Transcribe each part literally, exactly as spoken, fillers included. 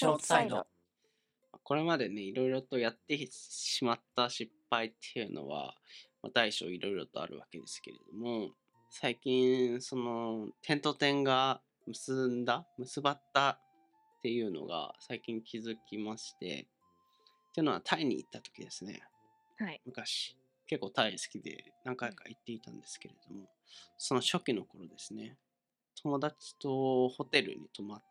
ショートサイド。 これまでねいろいろとやってしまった失敗っていうのは、まあ、大小いろいろとあるわけですけれども、最近その点と点が結んだ結ばったっていうのが最近気づきまして、っていうのはタイに行った時ですね。 はい。 昔結構タイ好きで何回か行っていたんですけれども、その初期の頃ですね、友達とホテルに泊まって、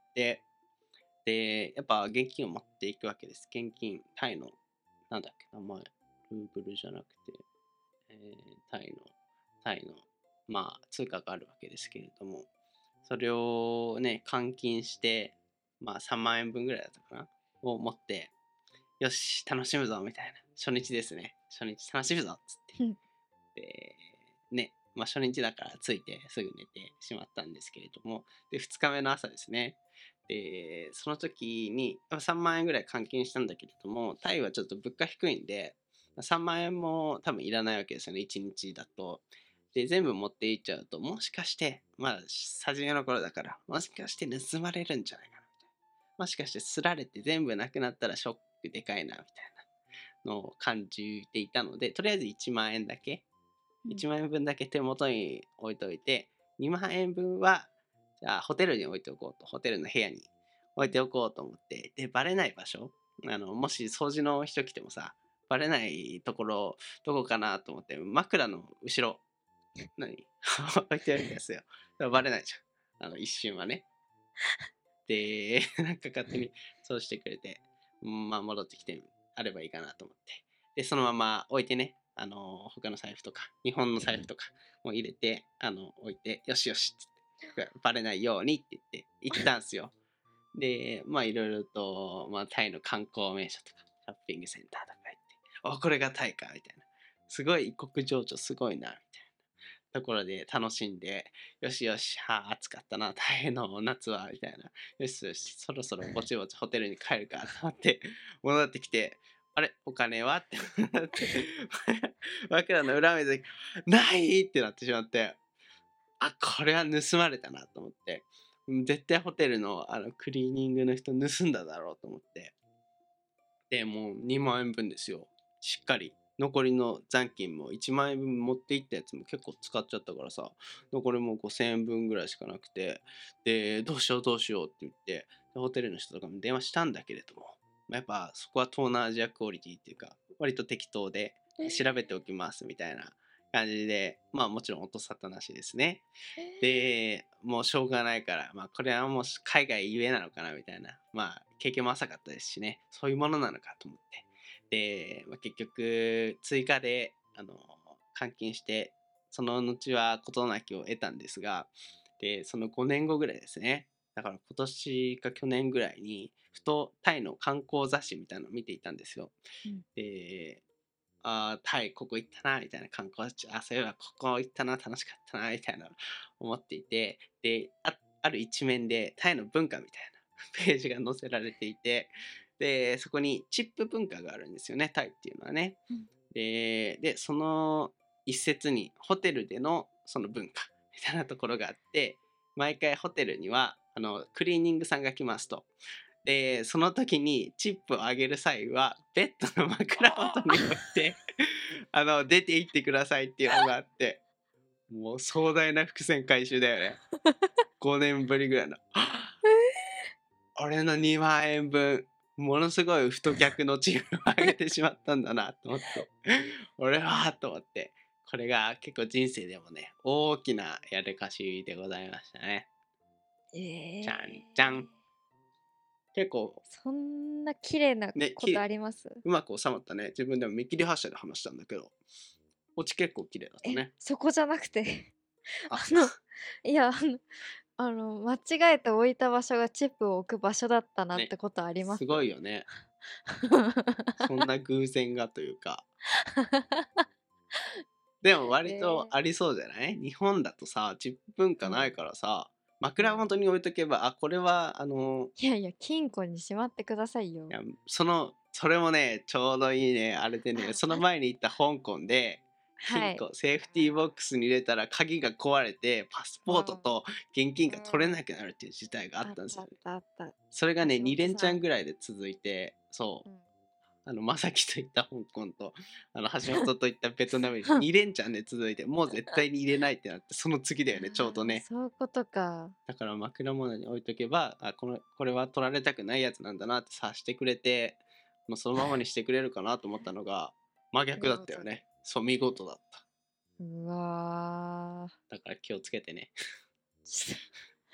でやっぱ現金を持っていくわけです。現金、タイのなんだっけ名前、ルーブルじゃなくて、えータイのタイのまあ通貨があるわけですけれども、それをね換金して、まあさんまんえんぶんぐらいだったかなを持って、よし楽しむぞみたいな、初日ですね、初日楽しむぞっつってでね、まあ初日だから着いてすぐ寝てしまったんですけれども、でふつかめの朝ですね、でその時にさんまんえんぐらい換金したんだけれども、タイはちょっと物価低いんでさんまんえんも多分いらないわけですよね、いちにちだと。で全部持っていっちゃうと、もしかしてまだ初めの頃だから、もしかして盗まれるんじゃないかなみたいな、もしかしてすられて全部なくなったらショックでかいなみたいなのを感じていたので、とりあえずいちまんえんだけいちまんえんぶんだけ手元に置いておいて、にまんえんぶんはじゃあホテルに置いておこうと、ホテルの部屋に置いておこうと思って、でバレない場所、あのもし掃除の人来てもさバレないところどこかなと思って、枕の後ろ何置いてあるんですよ。だからバレないじゃん、あの一瞬はね。でなんか勝手にそうしてくれて、まあ戻ってきてあればいいかなと思って、でそのまま置いてね、あの他の財布とか日本の財布とかも入れて、あの置いて、よしよしって言ってバレないようにって言って行ったんすよ。でまあいろいろと、まあ、タイの観光名所とかショッピングセンターとか行って、おこれがタイかみたいな、すごい異国情緒すごいなみたいなところで楽しんで、よしよし、はあ暑かったなタイの夏はみたいな、よしよしそろそろぼちぼちホテルに帰るかと思って戻ってきて、あれお金はってなって枕の裏目でないってなってしまって、あこれは盗まれたなと思って、絶対ホテルのあのクリーニングの人盗んだだろうと思って、でもうにまんえんぶんですよ、しっかり。残りの残金もいちまんえんぶん持っていったやつも結構使っちゃったからさ、残りもごせんえんぶんぐらいしかなくて、でどうしようどうしようって言って、ホテルの人とかも電話したんだけれども、やっぱそこは東南アジアクオリティっていうか割と適当で、調べておきますみたいな感じで、まあもちろん音沙汰なしですね。でもうしょうがないから、まあこれはもう海外ゆえなのかなみたいな、まあ経験も浅かったですしね、そういうものなのかと思って、で、まあ、結局追加であの換金して、その後は事なきを得たんですが、でそのごねんごぐらいですね、だから今年か去年ぐらいにふとタイの観光雑誌みたいなのを見ていたんですよ。 うん、 であタイここ行ったなみたいな、観光地、あそういえばここ行ったな楽しかったなみたいな思っていて、で あ, ある一面でタイの文化みたいなページが載せられていて、でそこにチップ文化があるんですよね、タイっていうのはね。 うん、 ででその一節にホテルでのその文化みたいなところがあって、毎回ホテルにはあのクリーニングさんが来ますと。でその時にチップをあげる際はベッドの枕元に置いてあの出て行ってくださいっていうのがあって、もう壮大な伏線回収だよね。ごねんぶりぐらいの俺のにまんえんぶん、ものすごい太客のチップをあげてしまったんだなと思って俺はと思って、これが結構人生でもね大きなやらかしでございましたね。 えー、 じゃんじゃん。結構そんな綺麗なね、 ことあります？ うまく収まったね。自分でも見切り発車で話したんだけど、オチ結構綺麗だったえね。 そこじゃなくてああのいやあのあの間違えて置いた場所がチップを置く場所だったなっね、 てことあります？ すごいよね。そんな偶然がというか。でも割とありそうじゃない？日本だとさ、チップ文化ないからさ、枕元に置いとけば、あ、これはあのいやいや金庫にしまってくださいよ。 いやそのそれもねちょうどいいねあれでね、その前に行った香港ではい。 金庫、セーフティーボックスに入れたら鍵が壊れて、パスポートうん。 と現金うが取れん。 なくなるっていう事態がああったあっったんですよね。 たあった。 それがね、 橋に連チ本さん。 ャンぐらいで続いて、そう、 うん。 あの、まさきといった香港と、あの、橋本といったベトナムにに連チャンで続いて、もう絶対に入れないってなって、その次だよね、ちょうどああ、 ね。 そういうことか。 だから枕元に置いとけば、あ、このこれは取られたくないやつなんだなって察してくれて、もうそのままにしてくれるかなと思ったのが、真逆見事に。 だったよね。そう、見事だった。 うわー。 だから気をつけてね。 ちょっと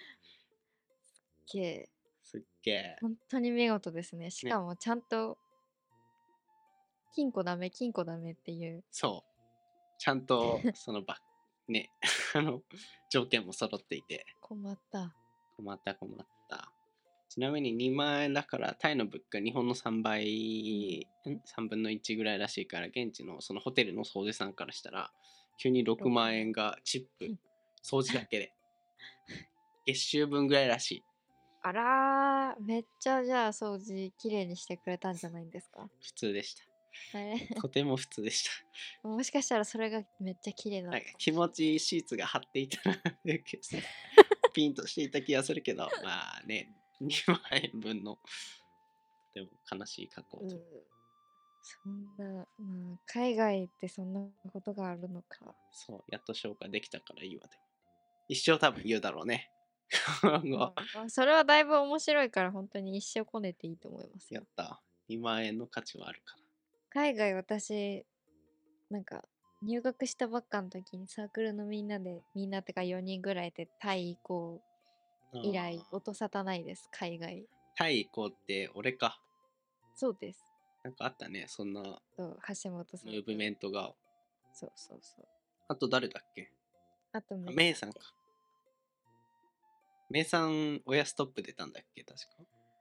けすっげえ。 ほんとに見事ですね。しね、 かもちゃんと金庫ダメ、金庫ダメっていう。 そう。ちゃんと、そのば、ね、あの、条件も揃っていて、 困った。 困った困った。ちなみににまん円だから、タイの物価日本のさんばい、 うん。 ん ?さん 分のいちぐらいらしいから、現地のそのホテルの掃除さんからしたら、急に6 6 万円万。 がチップ、掃除だけで、月収分ぐらいらしい。 あらー、めっちゃじゃあ掃除きれいにしてくれたんじゃないんですか？ 普通でした。 あれとても普通でした。 もしかしたらそれがめっちゃ綺麗だなんかったかも気持ちいいしれない。 シーツが貼っていたピンとしていた気がするけど、まあね、にまん円分の、でも悲しい過去と。 うん。そんな、まあ、海外ってそんなことがあるのか。 そう、やっと消化できたからいいわでも。一生多分言うだろうね。今うん。 後、 まあ、それはだいぶ面白いから本当に一生こねていいと思いますよ。 やった。にまん円の価値はあるか海外私、なんか入学したばっかの時にサークルのみんなで、みんなってかよにんぐらいでタイ行こうな。 以来あ音沙汰ないです、海外。 タイ行こうって俺か。 そうです。 なんかあったね、そんなと橋本さんムーブメと、 ントが。 そうそうそう。 あと誰だっけ？ あとあ、 メイさんで。 メイさんか。メイさん親ストップ出たんだっけ確か。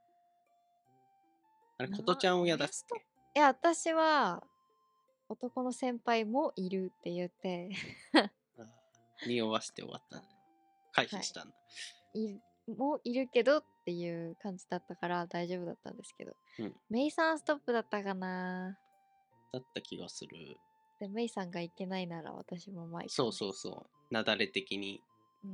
あれ、ことな、 ちゃん親だっ親ストップ、 け？ いや、私は男の先輩もいるって言ってあー匂わせて終わったあんだ。回はい。 避したんだ。 いもういるけどっていう感じだったから大丈夫だったんですけど。 うん。 メイさんストップだったかな。 だった気がする。 で、メイさんがいけないなら私もまあいかそうないし。 そうそう。なだれ的に。 うん。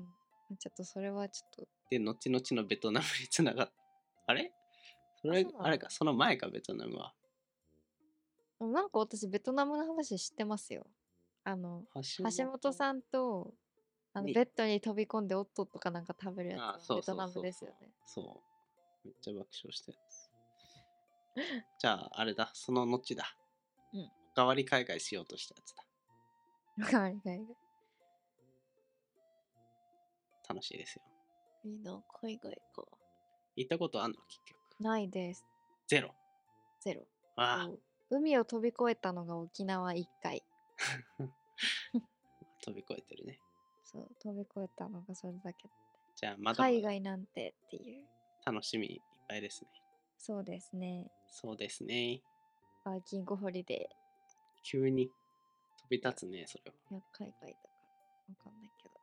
ちょっとそれはちょっと。 で、後々のベトナムにつながっあれそあ、 れ、 そうなの？ あれか、その前か、ベトナムは。 でもなんか私ベトナムの話知ってますよ。あの、 橋橋本本さんとあのに、 ベッドに飛び込んでオットとかなんか食べるやつあ、 はそうそうベトナムそうそう。 ですよね。 そう。めっちゃ爆笑したやつ。じゃあ、あれだ、その後だ。 うん。 おかわり海外しようとしたやつだ。 海外が。 楽しいですよ。 いいな、海外か。 行ったことあんの結局。 ないです。 ゼロ。 ゼロ。 あそう。海を飛び越えたのが沖縄いっかい。 あ、飛び越えてるね。 そう、飛び越えたのがそれだけ。 じゃあ、まだまだ海外なんてっていう。 楽しみいっぱいですね。 そうですね。 そうですね。 ワーキングホリデ急に飛び立つね、それは。 ー。いや、海外だからわかんないけど。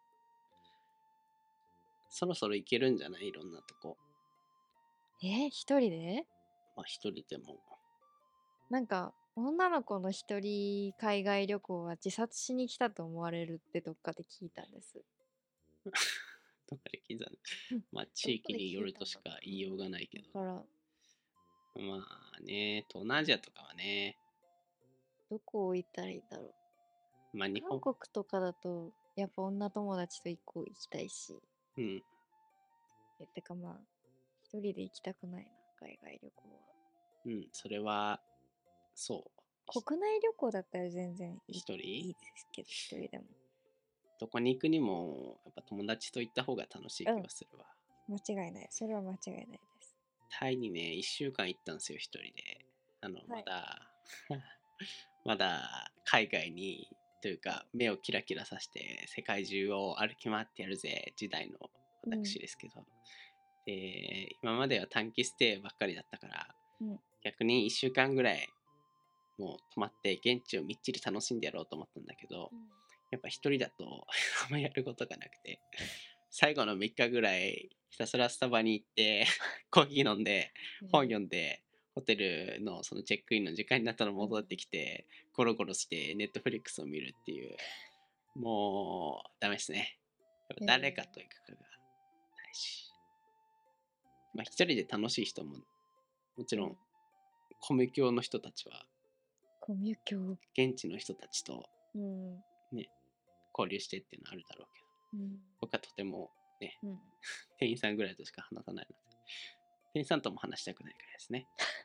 そろそろ行けるんじゃない？いろんなとこ。 えー、一人で？ まあ、一人でも。 なんか、女の子の一人海外旅行は自殺しに来たと思われるってどっかで聞いたんです。 どっかで聞いたね。 うん。 まあ、 どっか地域によで聞いたんるとしかだったかな。 言いようがないけど。 だから、 まあね、東南アジアとかはね、 どこを行ったらいいんだろう。 まあ日本、 韓国とかだと、やっぱ女友達と一個行きたいし。 うん、 え、てかまあ、一人で行きたくないな、海外旅行は。 うん、それは、そう。 国内旅行だったら全然いい、 一人いいですけど、一人でも。 どこに行くにも、やっぱ友達と行った方が楽しい気うん、 がするわ。 間違いない。それは間違いないです。 タイにね、いっしゅうかん行ったんですよ、一人で。あの、 はい。 まだ、まだ海外に、というか、目をキラキラさせて、世界中を歩き回ってやるぜ、時代のうん、 私ですけど。で、今までは短期ステイばっかりだったから、 うん、 逆にいっしゅうかんぐらい、もう泊まって現地をみっちり楽しんでやろうと思ったんだけど、 うん。 やっぱ一人だとあんまやることがなくて、最後のみっかぐらいひたすらスタバに行ってコーヒー飲んで本え読んでホテルのそのチェックインの時間になったら戻ってきて、ゴロゴロしてネットフリックスを見るっていう、もうダメですね。やっぱ誰かと行くかが大事。まあ一人で楽しい人ももちろん、コミュ教の人たちはコミュ教。 現地の人たちとうん。 ね、交流してっていうのはあるだろうけど、 うん。 僕はとてもね、 うん。 店員さんぐらいとしか話さないので、店員さんとも話したくないからですね。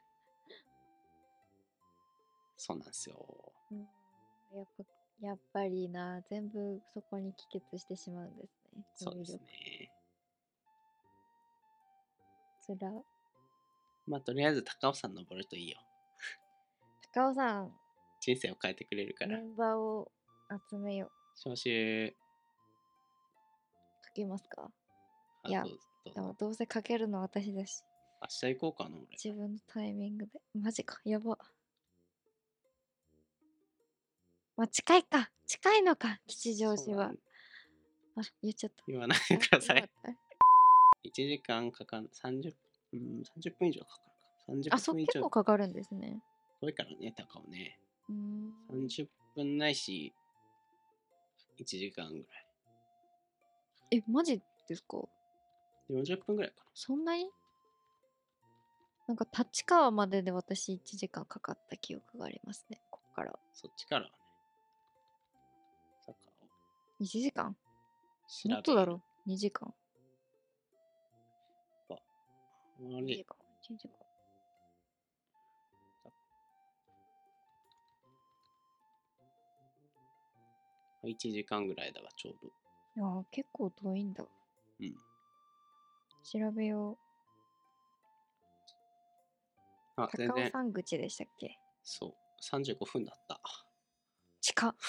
そうなんですよ。 うん、やっぱ、やっぱりな、全部そこに帰結してしまうんですね。 そうですね。 つら。 まあとりあえず高尾山登るといいよ。 高尾さん、 人生を変えてくれるから。 メンバーを集めよう。 招集、 かけますか？ あ、 いやどうぞどうぞ。 でもどうせかけるの私だし。 明日行こうかな、俺。 自分のタイミングで。マジか、やば。まあ、近いか。近いのか、吉祥寺は。あ、言っちゃった。 言わないでください。 あいちじかんかかん、さんじゅっぷん、うん、さんじゅっぷん以上かかるか。30 あ、そう、 分以上。 結構かかるんですね。 遠いからね、高尾ね。 うーん。 さんじゅっぷんないし、いちじかんぐらい。 え、マジですか？ よんじゅっぷんぐらいかな。 そんなに？なんか立川までで私いちじかんかかった記憶がありますね。ここから。 そっちからはね。高いちじかん？ 尾。調べもっとだろ。にじかん。 あ 2 れ時間。いちじかん。 いちじかんぐらいだがちょうど。 ああ、結構遠いんだ。 うん。 調べよあ、 う。高尾全然。 山口でしたっけ？ そう。さんじゅうごふんだった。 近っ。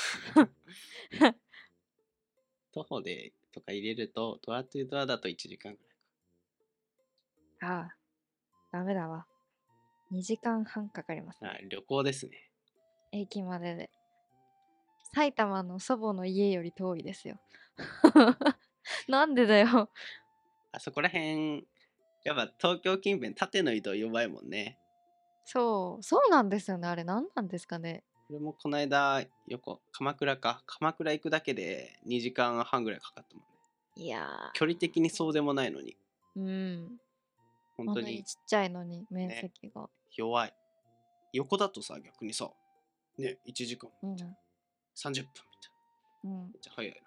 徒歩でとか入れると、ドアトゥドアだといちじかんぐらいか。 ああ、ダメだわ。にじかんはんかかりますね。 あ、旅行ですね。 駅までで。埼玉の祖母の家より遠いですよ。なんでだよ。 あそこら辺、やっぱ東京近辺、縦の移動弱いもんね。 そう、そうなんですよね。あれ何なんですかね。 俺もこの間、横、鎌倉か。鎌倉行くだけでにじかんはんぐらいかかったもんね。 いや距離的にそうでもないのに。 ー、うん。 本当にあんなにちっちゃいのに面積が。 弱い。横だとさ、逆にさ、ね、いちじかんうん。 さんじゅっぷんみたいな。 うん。 めっちゃ早いのに。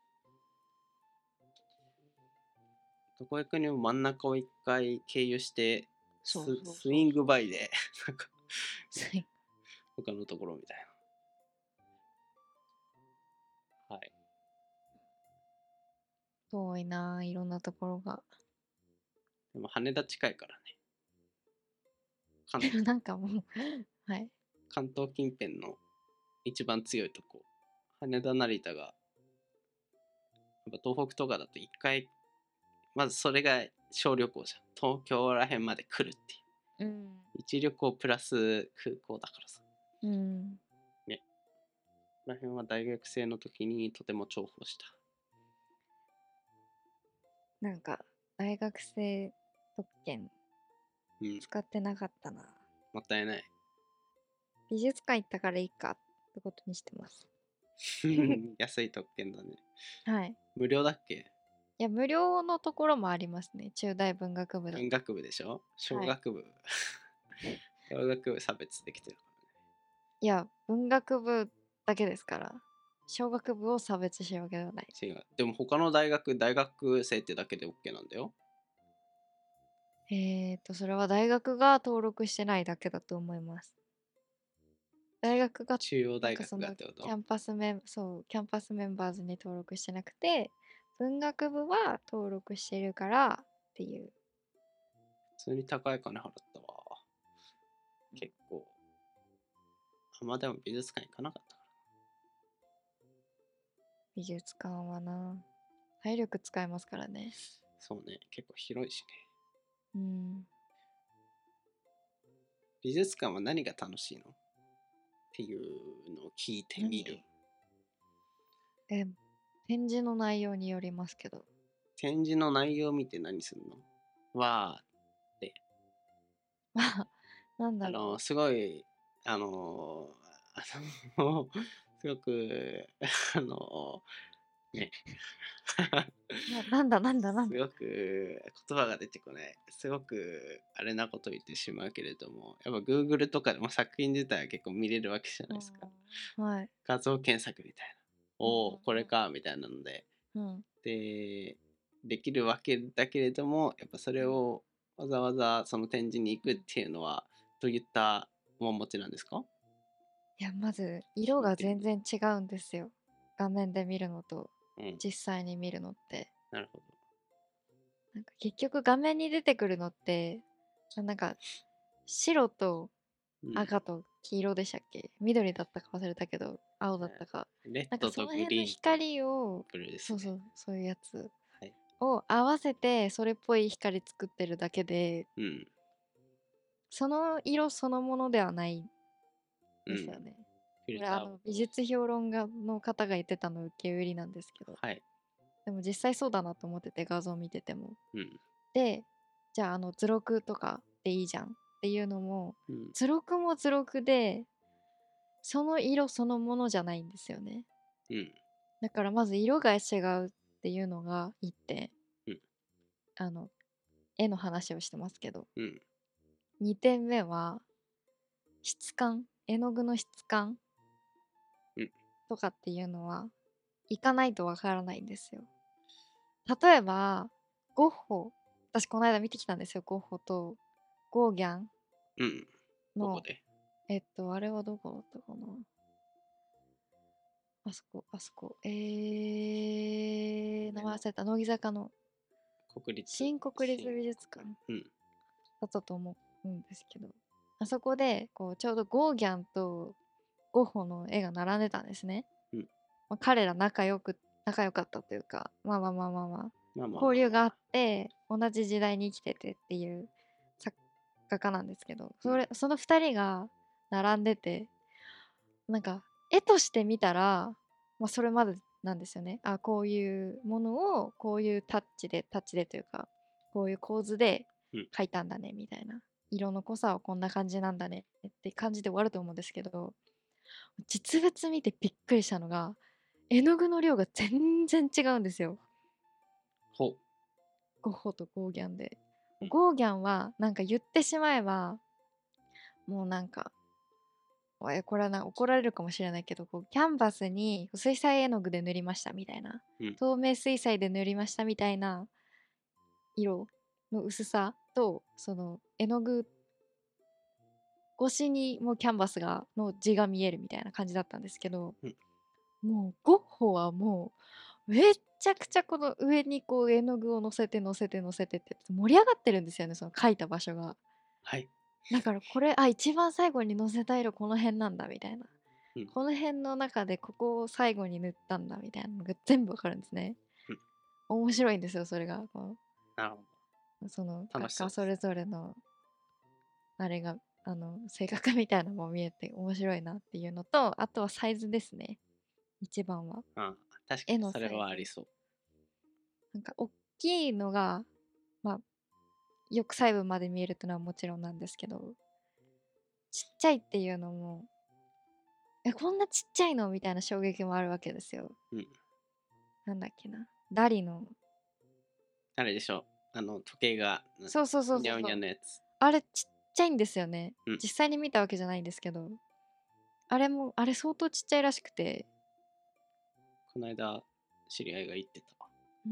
どこ行くにも真ん中を一回経由してスそうそうそうそうスイングバイでなんかスイン他のところみたいな。はい。 遠いなぁ、いろんなところが。 でも羽田近いからね。関なんかもう、はい。 関東近辺の一番強いとこ。羽田成田が、やっぱ東北とかだと一回、まずそれが小旅行じゃん。東京らへんまで来るっていう。 うん。 一旅行プラス空港だからさ。 うん。 ね。この辺は大学生の時にとても重宝した。 なんか、大学生特権うん。 使ってなかったな。 もったいない。 美術館行ったからいいかってことにしてます。 安い特権だね。 はい。 無料だっけ？ いや、無料のところもありますね。中大文学部だと。 文学部でしょ？小学部。小学部差別できてるからね。 いや、文学部だけですから。小学部を差別しるわけではない。 違う。でも他の大学、大学生ってだけで OK なんだよ。 えーと、それは大学が登録してないだけだと思います。大学が、 中央大学なんかそのがってこと？ キャンパスメン、そう、キャンパスメンバーズに登録してなくて、文学部は登録してるからっていう。 普通に高い金払ったわ。結構。あ、まあでも美術館行かなかったか美術館はな、体力使いますからね。 ら。そうね。結構広いしね。 うん。 美術館は何が楽しいのっていうのを聞いてみる。 え、展示の内容によりますけど。 展示の内容を見て何するの？わーって。 まあ、 なんだろあの、すごい、あの、あの、すごく、あの、ね、 う。な、なんだなんだなんだ。 すごく言葉が出てこない。すごくあれなことを言ってしまうけれども、やっぱ Google とかでも作品自体は結構見れるわけじゃないですか。 うん、はい。 画像検索みたいな。 うんおお、これか、みたいなので。 うんうん。 で、できるわけだけれども、やっぱそれうんをわざわざその展示に行うん。 くっていうのは、どういった面持ちなんですか？ いや、まず色が聞いてみて。 全然違うんですよ。画面で見るのとうん、 実際に見るのって。 なるほど。 なんか結局画面に出てくるのって、あ、なんか白とうん。 赤と黄色でしたっけ？緑だったか忘れたけど、青だったか。 レッなんかドとグその辺のリーンと光を、 ブルーですね。 そうそう、そういうやつはい。 を合わせてそれっぽい光作ってるだけで、 うん、 その色そのものではないんうん。 ですよね。 フィこれあルターを。 の美術評論家の方が言ってたの受け売りなんですけど、 はい。 でも実際そうだなと思ってて、画像見てても。 うん、 で、じゃああの図録とかでいいじゃんっていうのも、 うん、 図録も図録でその色そのものじゃないんですよね。 うん、 だからまず色が違うっていうのがいってん。 うん、 あの絵の話をしてますけど、 うん、 にてんめは質感、絵の具の質感うん。 とかっていうのは行かないとわからないんですよ。例えばゴッホ、私この間見てきたんですよ。ゴッホとゴーギャンうん。どこの、 で？ えっとあれはどこだったかな、あそこあそこえー、名前忘れた。乃木坂の国立新国立新美術館うん、 だったと思うんですけど、あそこでこうちょうどゴーギャンとゴッホの絵が並んでたんですね。 うん。 まあ、彼ら仲良く仲良かったというか、まあまあまあまあまあまあまあま交流があっあまあ。 て同じ時代に生きててっていう作画家なんですけど、 うん、 それそのふたりが並んでて、なんか絵として見たら、まあ、それまでなんですよね。あ、こういうものをこういうタッチでタッチでというか、こういう構図でうん。 描いたんだねみたいな、色の濃さはこんな感じなんだねって感じで終わると思うんですけど、実物見てびっくりしたのが絵の具の量が全然違うんですよ。 ほう。 ゴッホとゴーギャンで。 うん、 ゴーギャンはなんか言ってしまえばもうなんか、えこれはな怒られるかもしれないけど、こうキャンバスに水彩絵の具で塗りましたみたいな、 うん、 透明水彩で塗りましたみたいな色の薄さと、その絵の具越しにもうキャンバスがの字が見えるみたいな感じだったんですけど、 うん。 もうゴッホはもうめっちゃくちゃこの上にこう絵の具を乗せて乗せて乗せてって盛り上がってるんですよね、その描いた場所が。 はい。 だからこれ、あ、一番最後に乗せた色この辺なんだみたいな。 うん、 この辺の中でここを最後に塗ったんだみたいなのが全部わかるんですね。 うん。 面白いんですよ、それが。こなるほうそのど。 画楽しそうですね。 家それぞれのあれが、あの、性格みたいなのも見えて面白いなっていうのと、あとはサイズですね。一番は。 ああ、確か絵にそれのサイズ。 はありそう。 なんか大きいのが、まあ、よく細部まで見えるっていうのはもちろんなんですけど、ちっちゃいっていうのも、え、こんなちっちゃいのみたいな衝撃もあるわけですよ。 うん。 なんだっけな。ダリの。 あれでしょう。あの、時計が、なそうそうそうにゃうにゃうそうそう。 のやつ。 あれちっちゃいんですよね。 うん。 実際に見たわけじゃないんですけど、あれも、あれ相当ちっちゃいらしくて、 この間、知り合いが言ってたわ。 うん、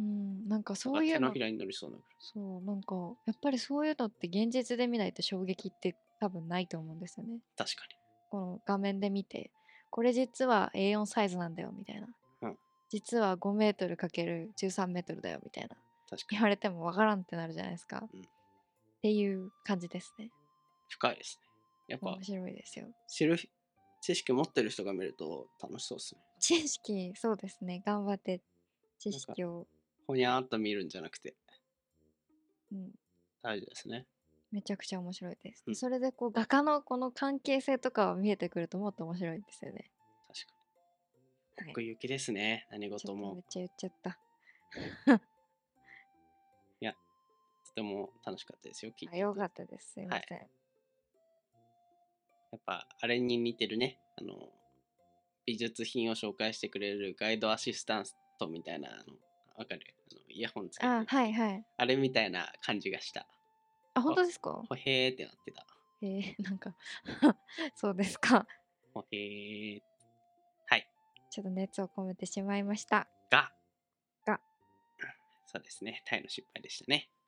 なんかなんかそういうの、 手のひらに乗りそうなぐらい。 そう、なんか、やっぱりそういうのって現実で見ないと衝撃って多分ないと思うんですよね。 確かこの画面で見て、これ実は エーよん サイズなんだよみたいな。 に。うん。 実はごメートル ×じゅうさん メートルだよみたいな。 確か言われてもわからんってなるじゃないですか。っに。うん。 ていう感じですね。 深いですね。やっぱ、 面白いですよ。 知る、知識持ってる人が見ると楽しそうですね。 知識、そうですね。頑張って知なんか、 識を、 ほにゃーっと見るんじゃなくて、 うん、 大事ですね。 めちゃくちゃ面白いです。 うん。 でそれでこう画家のこの関係性とかは見えてくるともっと面白いんですよね。 確かに。 はい。 奥行きですね。何ちょっ事も。 とめっちゃ言っちゃった。 いや、とても楽しかったですよ。聞いあ、 ていて。 よかったです。すいはい。 ません。 やっぱあれに似てるね。あの、美術品を紹介してくれるガイドアシスタントみたいな、あの、わかるあのイヤホンつけあ、 て、 はいはい。 あれみたいな感じがした。 あ、本ほ、 当ですか？ ほへーってなってた。 へえ、なんかそうですか。 ほへー。はい。 ちょっと熱を込めてしまいました。 が、 がそうですね。タイの失敗でしたね。